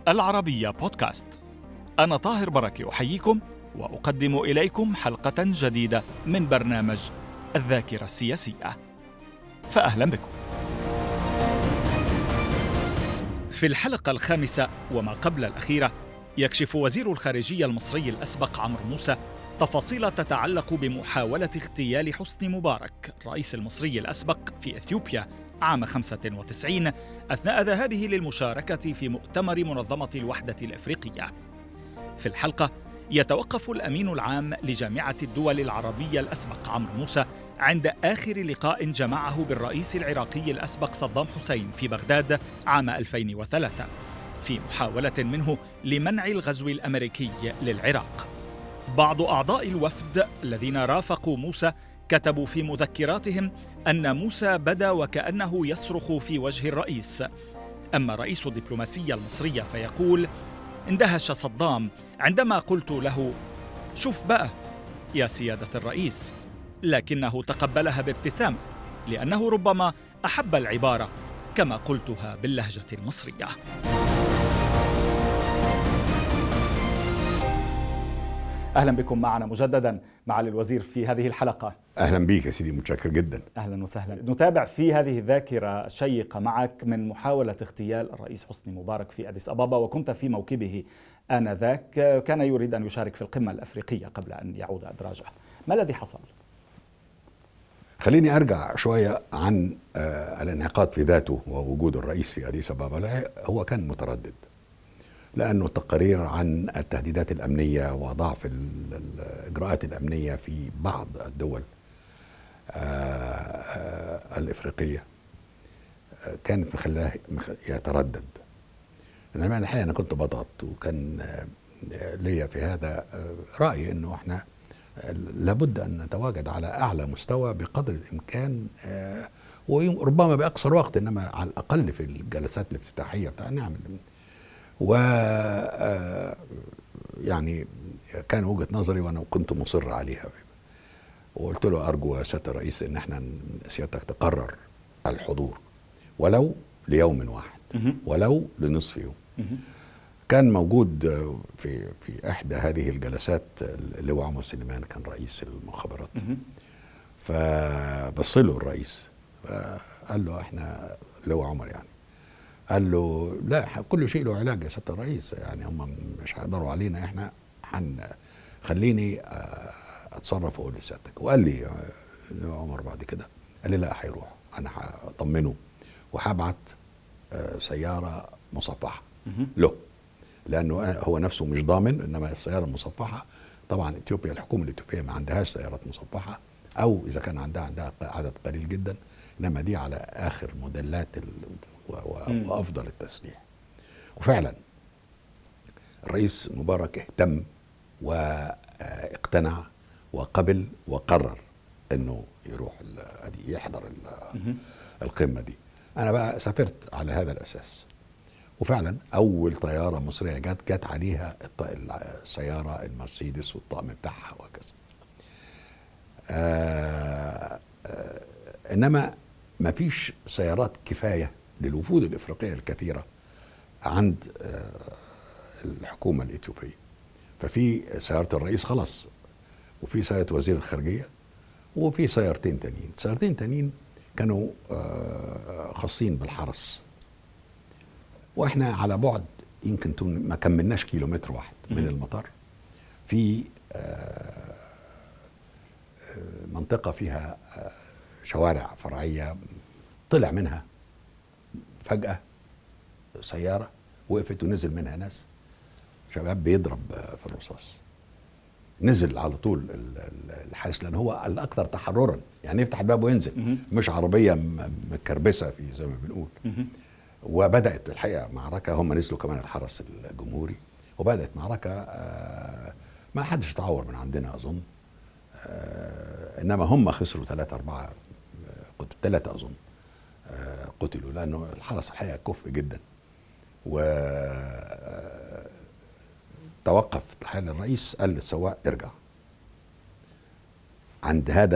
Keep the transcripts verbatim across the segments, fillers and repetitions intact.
العربية بودكاست. أنا طاهر بركة أحييكم وأقدم إليكم حلقة جديدة من برنامج الذاكرة السياسية، فأهلا بكم. في الحلقة الخامسة وما قبل الأخيرة يكشف وزير الخارجية المصري الأسبق عمرو موسى تفاصيل تتعلق بمحاولة اغتيال حسني مبارك الرئيس المصري الأسبق في إثيوبيا عام خمسة وتسعين أثناء ذهابه للمشاركة في مؤتمر منظمة الوحدة الأفريقية. في الحلقة يتوقف الأمين العام لجامعة الدول العربية الأسبق عمرو موسى عند آخر لقاء جمعه بالرئيس العراقي الأسبق صدام حسين في بغداد عام ألفين وثلاثة في محاولة منه لمنع الغزو الأمريكي للعراق. بعض أعضاء الوفد الذين رافقوا موسى كتبوا في مذكراتهم أن موسى بدا وكأنه يصرخ في وجه الرئيس. أما رئيس الدبلوماسية المصرية فيقول: اندهش صدام عندما قلت له شوف بقى يا سيادة الرئيس، لكنه تقبلها بابتسامة لأنه ربما أحب العبارة كما قلتها باللهجة المصرية. أهلا بكم معنا مجددا معالي الوزير في هذه الحلقة. أهلا بك يا سيدي، متشكر جدا. أهلا وسهلا. نتابع في هذه الذاكرة الشيقة معك من محاولة اغتيال الرئيس حسني مبارك في أديس أبابا، وكنت في موكبه آنذاك. كان يريد أن يشارك في القمة الأفريقية قبل أن يعود أدراجه. ما الذي حصل؟ خليني أرجع شوية عن آه الانعقاد في ذاته ووجود الرئيس في أديس أبابا. هو كان متردد لأنه تقارير عن التهديدات الأمنية وضعف الإجراءات الأمنية في بعض الدول الإفريقية كانت مخلاه يتردد. إنما الحقيقة أنا كنت بضغط، وكان ليا في هذا رأي إنه إحنا لابد أن نتواجد على أعلى مستوى بقدر الإمكان، وربما بأقصر وقت، إنما على الأقل في الجلسات الافتتاحية بتاع نعمل. و يعني كان وجهة نظري وانا كنت مصر عليها، وقلت له ارجو يا سيادة الرئيس ان احنا سيادتك تقرر الحضور ولو ليوم واحد ولو لنصف يوم. كان موجود في في احدى هذه الجلسات اللواء عمر سليمان، كان رئيس المخابرات، فبص له الرئيس فقال له احنا اللواء عمر يعني قال له لا، كل شيء له علاج يا سيادة الرئيس، يعني هم مش هيقدروا علينا، احنا حن خليني اتصرف واقول لسيادتك. وقال لي عمر بعد كده قال لي لا، هيروح، انا هطمنه وهبعت سيارة مصفحة له، لانه هو نفسه مش ضامن. انما السيارة المصفحة طبعا اثيوبيا، الحكومة الاثيوبية ما عندهاش سيارات مصفحة، او اذا كان عندها عندها عدد قليل جدا، انما دي على اخر موديلات وأفضل التسليح. وفعلا الرئيس مبارك اهتم واقتنع وقبل وقرر انه يروح يحضر القمة دي. انا بقى سافرت على هذا الاساس، وفعلا اول طيارة مصرية جت جت عليها السيارة المرسيدس والطقم بتاعها وكذا. آه آه انما ما فيش سيارات كفاية للوفود الإفريقية الكثيرة عند الحكومة الإثيوبية. ففي سيارة الرئيس خلاص، وفي سيارة وزير الخارجية، وفي سيارتين تانيين. سيارتين تانيين كانوا خاصين بالحرس، وإحنا على بعد يمكن ما كملناش كيلومتر واحد من المطار، في منطقة فيها شوارع فرعية، طلع منها فجأة سيارة وقفت ونزل منها ناس شباب بيضرب في الرصاص. نزل على طول الحارس، لأن هو الأكثر تحررا، يعني يفتح الباب وينزل، مش عربية مكربسة في زي ما بنقول. وبدأت الحقيقة معركة، هم نزلوا كمان الحرس الجمهوري، وبدأت معركة ما حدش تعور من عندنا أظن، إنما هم خسروا ثلاثة أربعة قتلوا، ثلاثة أظن قتلوا، لأنه الحرس الحقيقة كفء جدا. وتوقف حال الرئيس، قال للسواق ارجع. عند هذا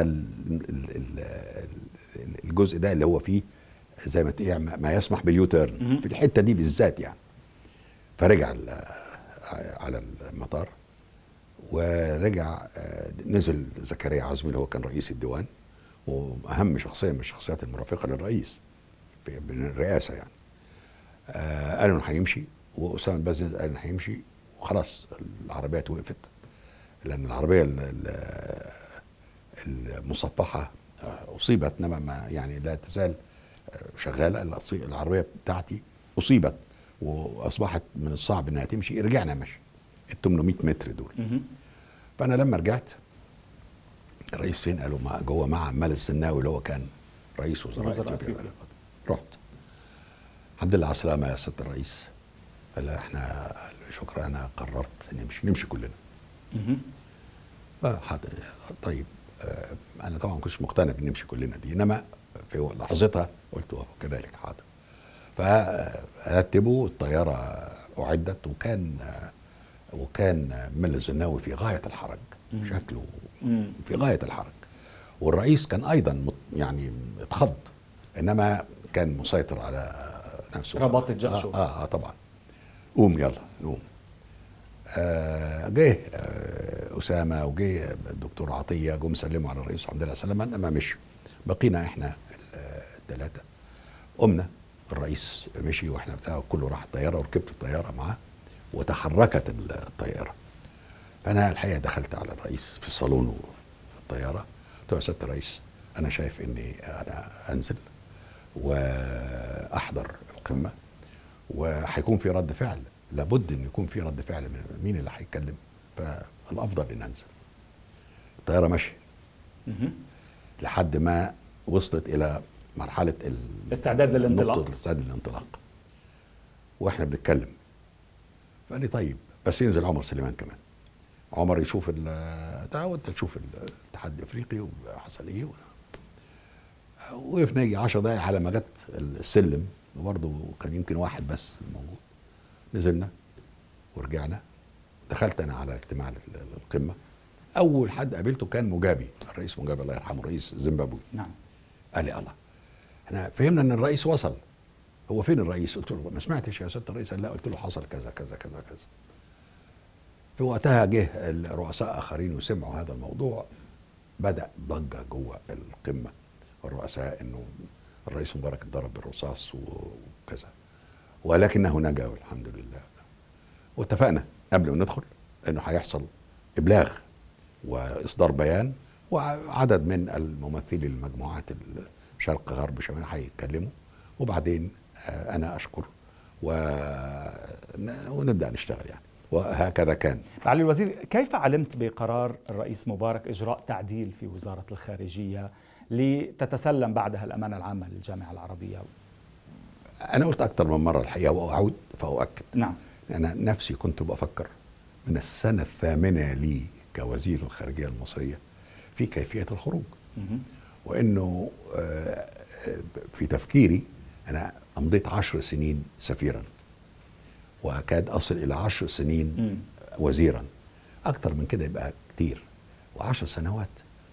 الجزء ده اللي هو فيه زي ما ما يسمح باليوتيرن في الحتة دي بالذات يعني. فرجع على المطار، ورجع نزل زكريا عزمي اللي هو كان رئيس الديوان واهم شخصيه من الشخصيات المرافقه للرئيس في الرئاسه يعني. آه قالوا انه هيمشي، واسامه البزنس قال انه هيمشي، وخلاص العربيات وقفت لان العربيه المصفحه اصيبت، انما ما يعني لا تزال شغاله. العربيه بتاعتي اصيبت واصبحت من الصعب انها تمشي. رجعنا مشي ال ثمانمائة متر دول. فانا لما رجعت الرئيس فين؟ قالوا ما جوه مع عمال السناوي اللي هو كان رئيس وزراء اثيوبيا. رحت الحمد لله على السلامه يا سياده الرئيس. قال احنا شكرا انا قررت نمشي نمشي كلنا. اها طيب انا طبعا ما كنتش مقتنع بنمشي كلنا دي، انما في لحظتها قلت كذلك حاضر. فرتبوا الطياره اعدت، وكان وكان مل الزناوي في غايه الحرج، شكله في غايه الحرج، والرئيس كان ايضا يعني اتخض، انما كان مسيطر على نفسه. رباط الجأش. آه, اه اه طبعا. قوم يلا نقوم. آه جه آه اسامه وجه الدكتور عطيه، جم سلموا على الرئيس الحمد لله سلما، انما مشوا. بقينا احنا الثلاثه. قمنا الرئيس مشي واحنا بتاع كله راح الطياره، وركبت الطياره معاه وتحركت الطياره. فانا الحقيقه دخلت على الرئيس في الصالون وفي الطياره، قلت له يا سياده الرئيس انا شايف اني انا انزل واحضر القمه، وهيكون في رد فعل، لابد ان يكون في رد فعل من مين اللي هيتكلم، فالافضل ان انزل. الطياره ماشيه لحد ما وصلت الى مرحله الاستعداد للانطلاق الاستعداد للانطلاق واحنا بنتكلم. فقال لي طيب بس ينزل عمر سليمان كمان، عمر يشوف بتاع وانت تشوف الاتحاد الافريقي وحصل ايه. وقفنا يجي عشر دقايق على ما جت السلم، وبرضه كان يمكن واحد بس موجود. نزلنا ورجعنا. دخلت انا على اجتماع القمه. اول حد قابلته كان مجابي، الرئيس مجابي الله يرحمه، رئيس زيمبابوي. نعم. قال لي الله احنا فهمنا ان الرئيس وصل، هو فين الرئيس؟ قلت له ما سمعتش يا سياده الرئيس. قال لا. قلت له حصل كذا كذا كذا كذا. في وقتها جه الرؤساء اخرين وسمعوا هذا الموضوع، بدا ضجه جوه القمه الرؤساء انه الرئيس مبارك اتضرب بالرصاص وكذا، ولكنه نجا والحمد لله. واتفقنا قبل ما ندخل انه هيحصل ابلاغ واصدار بيان، وعدد من الممثلي المجموعات الشرق غرب شمال هيتكلموا، وبعدين انا اشكر ونبدا نشتغل يعني. وهكذا كان. معالي الوزير، كيف علمت بقرار الرئيس مبارك إجراء تعديل في وزارة الخارجية لتتسلم بعدها الأمانة العامة للجامعة العربية؟ أنا قلت أكثر من مرة الحقيقة وأعود فأؤكد. نعم. أنا نفسي كنت بفكر من السنة الثامنة لي كوزير الخارجية المصرية في كيفية الخروج، وإنه في تفكيري أنا أمضيت عشر سنين سفيرا، وأكاد أصل إلى عشر سنين وزيرا. أكتر من كده يبقى كتير. وعشر سنوات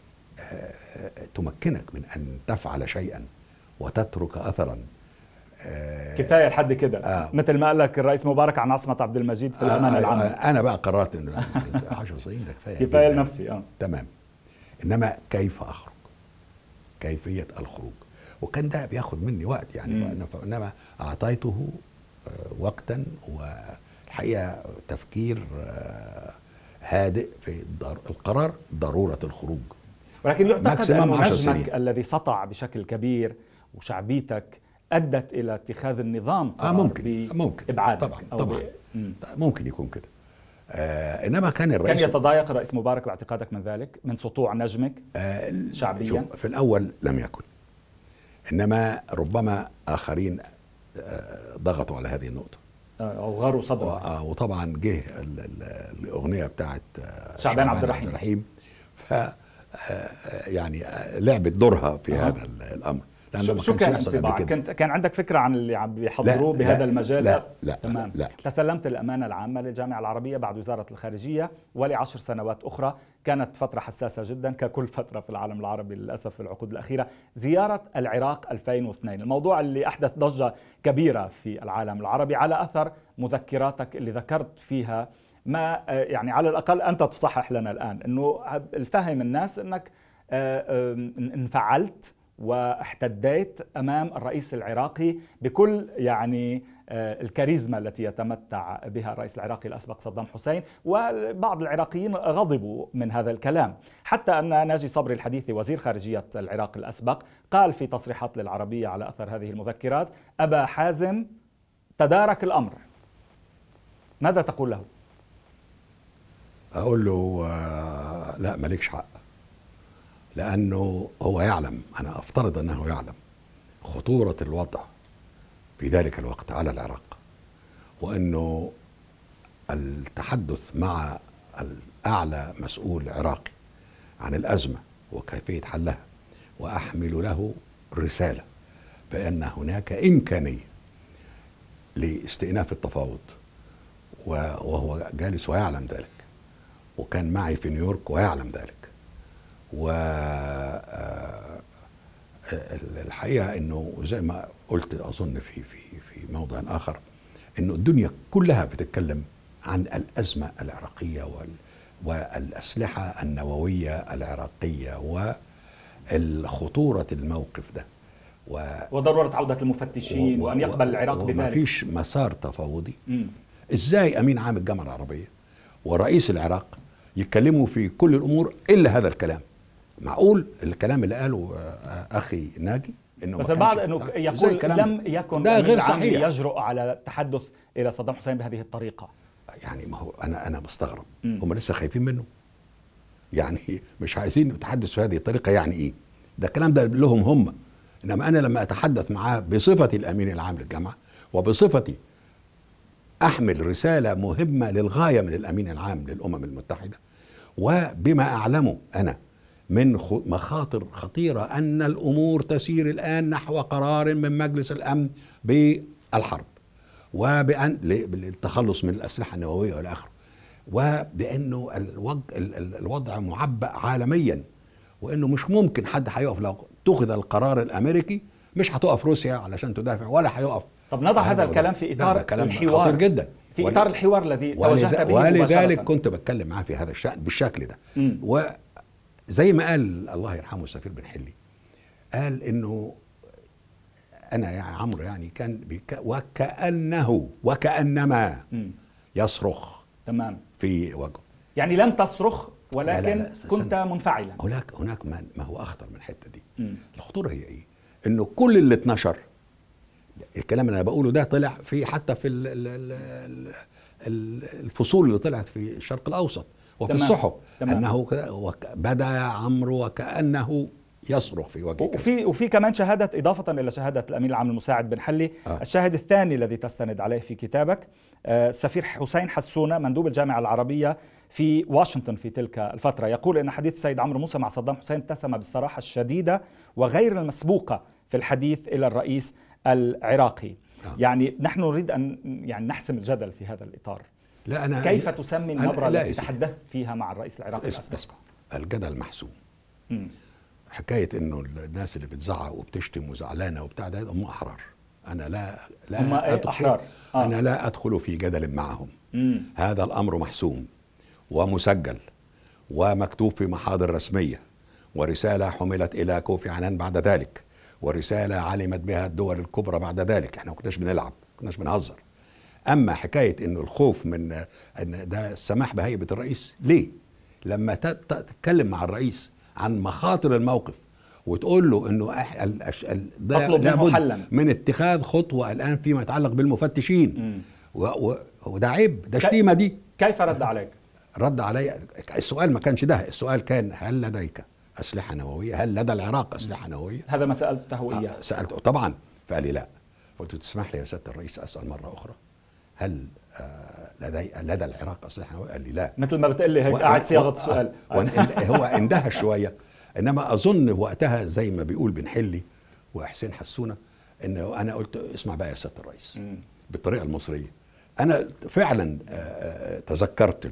تمكنك من أن تفعل شيئا وتترك أثرا. كفاية لحد كده. آه. مثل ما قال لك الرئيس مبارك عن عصمت عبد المجيد في الأمانة آه العامة. آه أنا بقى قررت إنه عشر سنين ده كفاية كفاية لنفسي. آه. تمام. إنما كيف أخرج؟ كيفية الخروج. وكان ده بياخد مني وقت يعني، إنما أعطيته وقتا والحقيقة تفكير هادئ في القرار ضرورة الخروج. ولكن يعتقد أن نجمك الذي سطع بشكل كبير وشعبيتك أدت إلى اتخاذ النظام قرار آه ممكن ممكن بإبعادك. طبعا طبعا ممكن يكون كده. آه إنما كان الرئيس كان يتضايق الرئيس مبارك باعتقادك من ذلك، من سطوع نجمك آه شعبيا؟ في الأول لم يكن، إنما ربما آخرين ضغطوا على هذه النقطة أو غاروا صدره. وطبعا جه الأغنية بتاعت شعبان عبد الرحيم, الرحيم ف يعني لعبت دورها في آه. هذا الأمر. لانه شو كان انطباعك؟ كنت كان عندك فكره عن اللي عم بيحضروه بهذا لا المجال؟ لا لا, تمام. لا, لا. تسلمت الامانه العامه للجامعه العربيه بعد وزاره الخارجيه ولعشر سنوات اخرى، كانت فتره حساسه جدا ككل فتره في العالم العربي للاسف في العقود الاخيره. زياره العراق ألفين واثنين، الموضوع اللي احدث ضجه كبيره في العالم العربي على اثر مذكراتك اللي ذكرت فيها ما يعني على الاقل انت تصحح لنا الان انه الفهم الناس انك انفعلت واحتديت امام الرئيس العراقي بكل يعني الكاريزما التي يتمتع بها الرئيس العراقي الاسبق صدام حسين، وبعض العراقيين غضبوا من هذا الكلام، حتى ان ناجي صبري الحديثي وزير خارجيه العراق الاسبق قال في تصريحات للعربيه على اثر هذه المذكرات: ابا حازم تدارك الامر. ماذا تقول له؟ اقول له آه لا مالكش حق، لأنه هو يعلم، أنا أفترض أنه يعلم خطورة الوضع في ذلك الوقت على العراق، وأنه التحدث مع الأعلى مسؤول عراقي عن الأزمة وكيفية حلها وأحمل له رسالة بأن هناك إمكانية لاستئناف التفاوض، وهو جالس ويعلم ذلك، وكان معي في نيويورك ويعلم ذلك. والحقيقة انه زي ما قلت اظن في في في موضع اخر، انه الدنيا كلها بتتكلم عن الازمة العراقية والاسلحة النووية العراقية والخطورة الموقف ده وضرورة عودة المفتشين وان يقبل العراق بذلك. وما فيش مسار تفاوضي. ازاي امين عام الجامعة العربية ورئيس العراق يتكلموا في كل الامور الا هذا الكلام؟ معقول الكلام اللي قاله اخي ناجي انه بس البعض انه يقول لم يكن غير صحيح يجرؤ على التحدث الى صدام حسين بهذه الطريقه؟ يعني ما هو انا انا مستغرب، هم لسه خايفين منه؟ يعني مش عايزين يتحدثوا بهذه الطريقه؟ يعني ايه ده؟ الكلام ده لهم هم، انما انا لما اتحدث معاه بصفتي الامين العام للجامعه وبصفتي احمل رساله مهمه للغايه من الامين العام للامم المتحده، وبما اعلمه انا من مخاطر خطيرة أن الأمور تسير الآن نحو قرار من مجلس الأمن بالحرب وبأن للتخلص من الأسلحة النووية والى آخره، وبأنه الوضع معبأ عالميا، وأنه مش ممكن حد هيقف لو اتخذ القرار الأمريكي، مش هتقف روسيا علشان تدافع ولا هيقف. طب نضع هذا الكلام في إطار الحوار خطير جدا، في إطار الحوار الذي توجهت به مباشرة. ولذلك كنت بتكلم معاه في هذا الشأن بالشكل ده. و زي ما قال الله يرحمه السفير بن حلي، قال انه انا يعني عمرو يعني كان بك وكأنه وكأنما يصرخ تمام في وجهه، يعني لم تصرخ ولكن لا لا لا كنت منفعلا. هناك هناك ما هو اخطر من الحته دي. م. الخطوره هي ايه؟ انه كل اللي اتنشر الكلام اللي انا بقوله ده طلع في حتى في الفصول اللي طلعت في الشرق الاوسط وفي تمام. الصحف تمام. انه بدا عمرو وكانه يصرخ في وجهه. وفي وفي كمان شهاده اضافه الى شهاده الامين العام المساعد بن حلي، آه. الشاهد الثاني الذي تستند عليه في كتابك، السفير حسين حسونه مندوب الجامعه العربيه في واشنطن في تلك الفتره، يقول ان حديث السيد عمرو موسى مع صدام حسين اتسم بالصراحه الشديده وغير المسبوقه في الحديث الى الرئيس العراقي. آه. يعني نحن نريد ان يعني نحسم الجدل في هذا الاطار. لا أنا كيف تسمي النبرة التي تحدثت فيها مع الرئيس العراقي الأسبق؟ الجدل محسوم. مم. حكاية إنه الناس اللي بتزعق وبتشتم وزعلانة وبتاع ده هم أحرار. أنا لا لا هم أدخل أحرار. آه. أنا لا أدخل في جدل معهم. مم. هذا الأمر محسوم ومسجل ومكتوب في محاضر رسمية، ورسالة حملت إلى كوفي عنان بعد ذلك، ورسالة علمت بها الدول الكبرى بعد ذلك. إحنا ما كناش بنلعب، ما كناش بنهزر. أما حكاية إنه الخوف من إن ده السماح بهيبة الرئيس، ليه؟ لما تتكلم مع الرئيس عن مخاطر الموقف وتقول له إنه ده لابد من اتخاذ خطوة الآن فيما يتعلق بالمفتشين، وده عيب، ده شتيمة دي. كيف رد عليك؟ رد علي، السؤال ما كانش ده، السؤال كان هل لديك أسلحة نووية؟ هل لدى العراق أسلحة نووية؟ هذا ما سألته إياه. آه سألته طبعا، فقال لي لا. قلت تسمح لي يا سيادة الرئيس أسأل مرة أخرى، هل لدي لدى العراق أسلحة نووية؟ قال لي لا. مثل ما بتقول لي هيك قاعد صياغة السؤال. هو اندهى شوية، إنما أظن وقتها زي ما بيقول بن حلي وحسين حسونه انه انا قلت اسمع بقى يا سياده الرئيس م. بالطريقه المصريه. انا فعلا تذكرت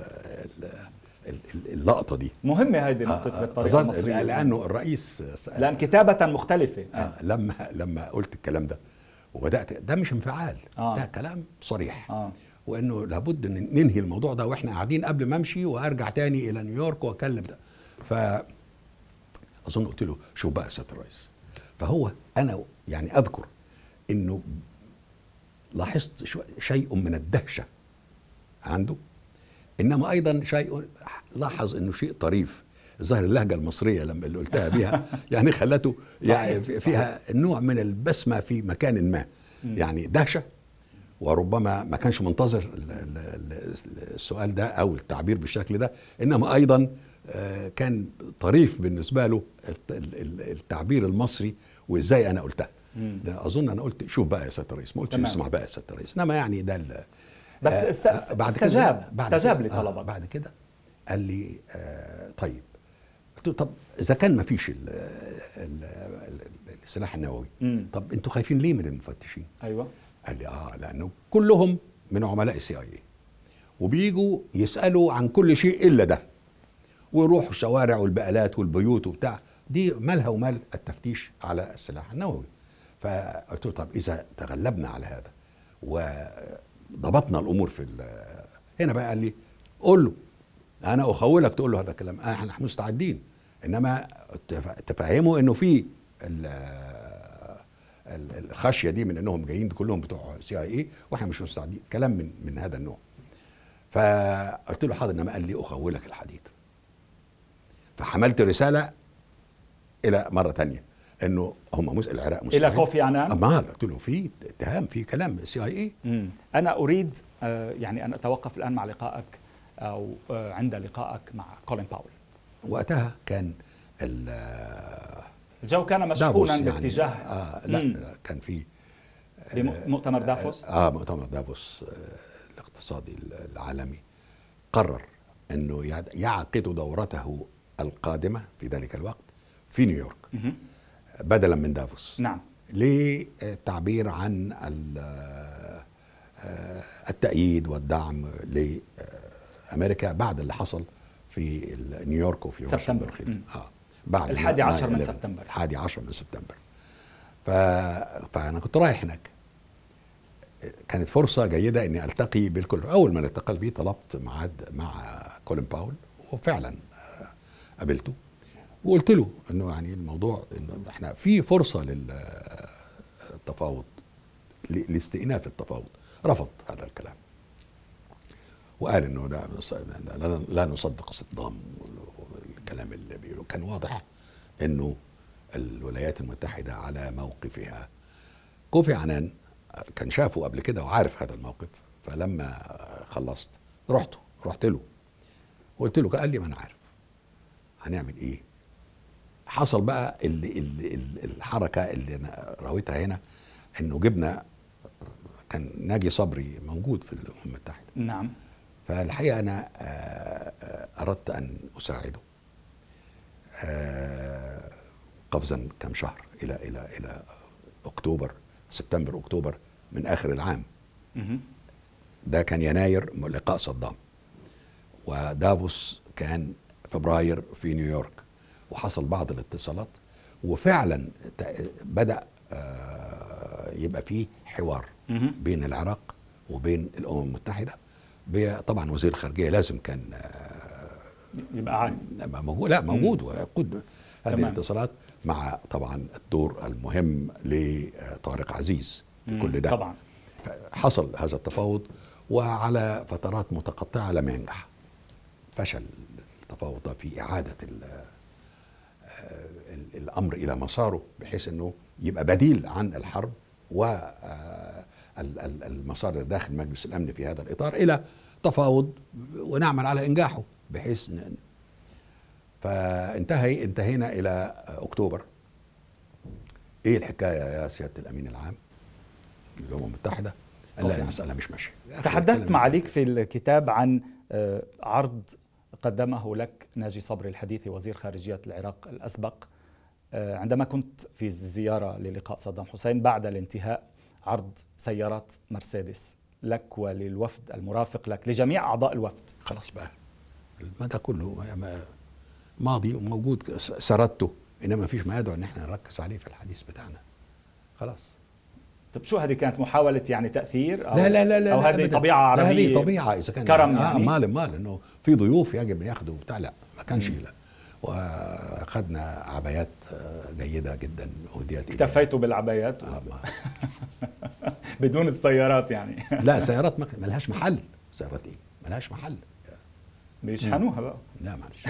اللقطه دي مهمه هذه نقطه بالطريقه المصريه لانه الرئيس لان كتابه مختلفه آه لما لما قلت الكلام ده وبدات ده مش انفعال آه. ده كلام صريح آه. وانه لابد ان ننهي الموضوع ده واحنا قاعدين قبل ما امشي وارجع تاني الى نيويورك واكلم ده. ف اظن قلت له شوف بقى يا سياده الرئيس. فهو انا يعني اذكر انه لاحظت شيء من الدهشه عنده، انما ايضا شيء لاحظ انه شيء طريف. ظاهر اللهجه المصريه لما اللي قلتها بيها يعني خلته يعني فيها نوع من البسمه في مكان ما، يعني دهشه، وربما ما كانش منتظر السؤال ده او التعبير بالشكل ده، انما ايضا كان طريف بالنسبه له التعبير المصري وازاي انا قلتها. ده اظن انا قلت شوف بقى يا سياده الرئيس، ما قلتش اسمع بقى يا سياده الرئيس، انما يعني ده بس است... بعد استجاب بعد استجاب لطلبك. آه بعد كده قال لي آه طيب. قلت له طب اذا كان ما فيش السلاح النووي مم. طب انتوا خايفين ليه من المفتشين؟ ايوه. قال لي اه لانه كلهم من عملاء السي اي اي وبيجوا يسالوا عن كل شيء الا ده، ويروحوا الشوارع والبقالات والبيوت وبتاع، دي مالها ومال التفتيش على السلاح النووي. فقلت له طب اذا تغلبنا على هذا وضبطنا الامور في هنا بقى، قال لي قول له انا اخولك تقول له هذا الكلام، احنا مستعدين، انما تفهموا انه في الخشيه دي من انهم جايين كلهم بتوع سي اي اي واحنا مش مستعدين، كلام من من هذا النوع. فقلت له حاضر، انما قال لي اخولك الحديد. فحملت رساله الى مره ثانيه انه هم مس... العراق مستعد الى كوفي عنان. اما قلت له في اتهام، في كلام سي اي اي. انا اريد آه يعني ان اتوقف الان مع لقائك او آه عند لقائك مع كولين باول. وقتها كان الجو كان مشحونا يعني باتجاه آه لا مم. كان في بمؤتمر دافوس. اه مؤتمر دافوس آه الاقتصادي العالمي قرر انه يعقد دورته القادمه في ذلك الوقت في نيويورك مم. بدلا من دافوس. نعم. للتعبير عن التأييد والدعم لأمريكا بعد اللي حصل في نيويورك وفي سبتمبر. اه بعد الحادي عشر من سبتمبر. الحادي عشر من سبتمبر. ف... فأنا كنت رايح هناك، كانت فرصة جيدة إني ألتقي بالكل. أول ما التقيت بيه طلبت ميعاد مع كولين باول، وفعلا قابلته وقلت له انه يعني الموضوع انه احنا في فرصه للتفاوض، لاستئناف التفاوض. رفض هذا الكلام وقال انه لا, لا نصدق صدام والكلام اللي بيقوله. كان واضح انه الولايات المتحده على موقفها. كوفي عنان كان شافه قبل كده وعارف هذا الموقف، فلما خلصت رحت رحت له وقلت له، قال لي ما انا عارف هنعمل ايه. حصل بقى اللي اللي الحركه اللي انا راويتها هنا، انه جبنا كان ناجي صبري موجود في الامم المتحده. نعم. فالحقيقه انا اردت ان اساعده قفزا كم شهر الى الى الى اكتوبر سبتمبر اكتوبر من اخر العام. ده كان يناير لقاء صدام، ودافوس كان فبراير في نيويورك، وحصل بعض الاتصالات وفعلا بدأ يبقى فيه حوار بين العراق وبين الأمم المتحدة. طبعا وزير الخارجية لازم كان يبقى عارف موجود، لا موجود ويقود هذه الاتصالات، مع طبعا الدور المهم لطارق عزيز في كل ده. طبعا حصل هذا التفاوض وعلى فترات متقطعة لم ينجح. فشل التفاوض في إعادة الأمر إلى مساره بحيث أنه يبقى بديل عن الحرب والمسار داخل مجلس الأمن في هذا الإطار إلى تفاوض ونعمل على إنجاحه بحيث ن... فانتهي انتهينا إلى أكتوبر. إيه الحكاية يا سيادة الأمين العام للأمم المتحدة؟ لا المسألة مش ماشية. تحدثت معاليك في الكتاب عن عرض قدمه لك ناجي صبري الحديثي وزير خارجية العراق الأسبق عندما كنت في زيارة للقاء صدام حسين بعد الانتهاء عرض سيارات مرسيدس لك وللوفد المرافق لك لجميع أعضاء الوفد. خلاص بقى المدى كله ماضي وموجود سردته، إنما ما فيش ما يدعو إن احنا نركز عليه في الحديث بتاعنا. خلاص. طب شو هذه كانت محاولة يعني تأثير أو لا لا لا لا أو هذه طبيعة عربية؟ هذه طبيعة إذا كان كرم يعني, يعني. آه مال مال إنه في ضيوف يجب ياخدوا بتاع، لا ما كانش لا. وأخذنا عبايات جيدة جدا هديت. اكتفيتوا بالعبايات؟ آه بدون السيارات يعني؟ لا سيارات ما لهاش محل. سيارات إيه؟ ما لهاش محل. بيشحنوها بقى. لا معلش.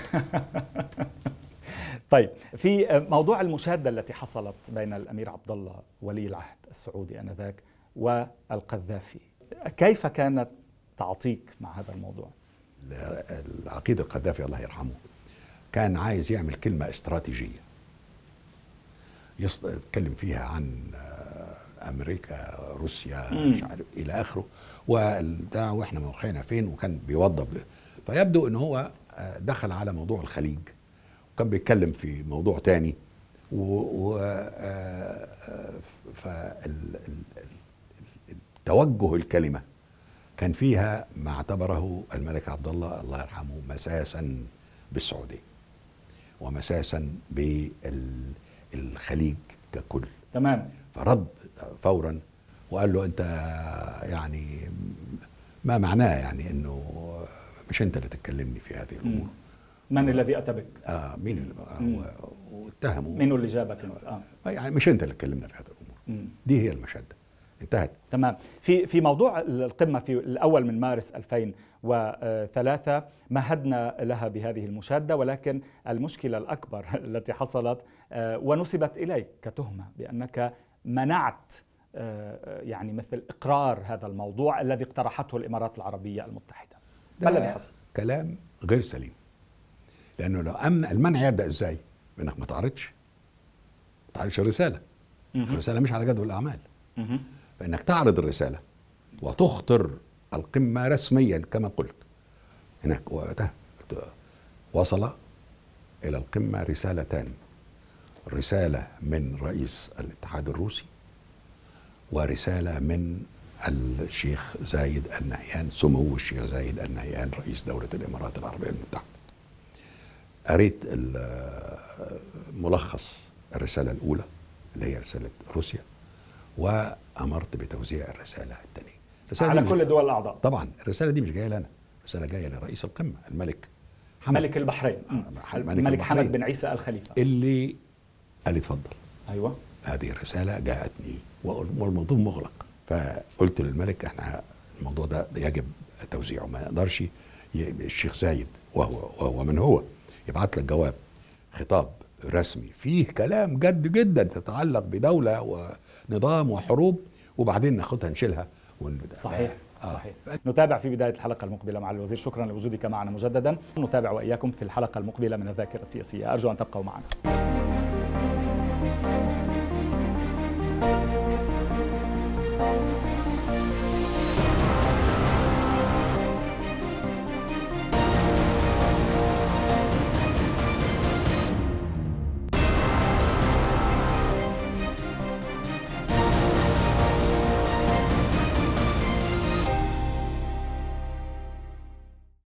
طيب، في موضوع المشادة التي حصلت بين الأمير عبد الله ولي العهد السعودي آنذاك والقذافي، كيف كانت تعاطيك مع هذا الموضوع؟ العقيد القذافي الله يرحمه كان عايز يعمل كلمة استراتيجية يتكلم فيها عن أمريكا روسيا مش عارف إلى آخره وده، وإحنا موقعنا فين، وكان بيوضب له. فيبدو إن هو دخل على موضوع الخليج وكان بيتكلم في موضوع تاني، و فالتوجه الكلمة كان فيها ما اعتبره الملك عبد الله الله يرحمه مساسا بالسعودية ومساسا بالخليج ككل. تمام. فرد فورا وقال له انت يعني ما معناه يعني انه مش انت اللي تتكلمني في هذه الامور. من الذي اتى بك؟ اه مين اللي واتهمه؟ مين اللي جابك انت؟ اه يعني مش انت اللي اتكلمنا في هذه الامور. مم. دي هي المشهد انتهت. تمام. في في موضوع القمه في الاول من مارس ألفين وثلاثة مهدنا لها بهذه المشاده، ولكن المشكله الاكبر التي حصلت ونسبت اليك كتهمه بانك منعت يعني مثل اقرار هذا الموضوع الذي اقترحته الامارات العربيه المتحده. ما الذي حصل؟ كلام غير سليم، لانه لو امن المنع يبدا ازاي؟ بانك ما تعرضش ما تعرضش الرساله. الرساله مش على جدول الاعمال. مه. فانك تعرض الرساله وتخطر القمه رسميا كما قلت. هناك وقتها وصل الى القمه رسالتان، رساله من رئيس الاتحاد الروسي ورساله من الشيخ زايد النهيان، سمو الشيخ زايد النهيان رئيس دولة الإمارات العربية المتحدة. قريت ملخص الرسالة الأولى اللي هي رسالة روسيا، وأمرت بتوزيع الرسالة الثانية على كل دول الأعضاء. طبعا الرسالة دي مش جاية لنا، الرسالة جاية لرئيس القمة الملك حمد ملك البحرين آه الملك, الملك حمد بن عيسى الخليفة، اللي قال لي اتفضل. أيوة هذه الرسالة جاءتني والموضوع مغلق، فقلت للملك احنا الموضوع ده يجب توزيعه، ما يقدرش الشيخ زايد وهو وهو من هو يبعت لك جواب خطاب رسمي فيه كلام جد جدا تتعلق بدولة ونظام وحروب وبعدين ناخدها نشيلها ون... صحيح آه. صحيح. نتابع في بداية الحلقة المقبلة مع الوزير. شكرا لوجودك معنا مجددا. نتابع وإياكم في الحلقة المقبلة من الذاكرة السياسية. أرجو أن تبقوا معنا.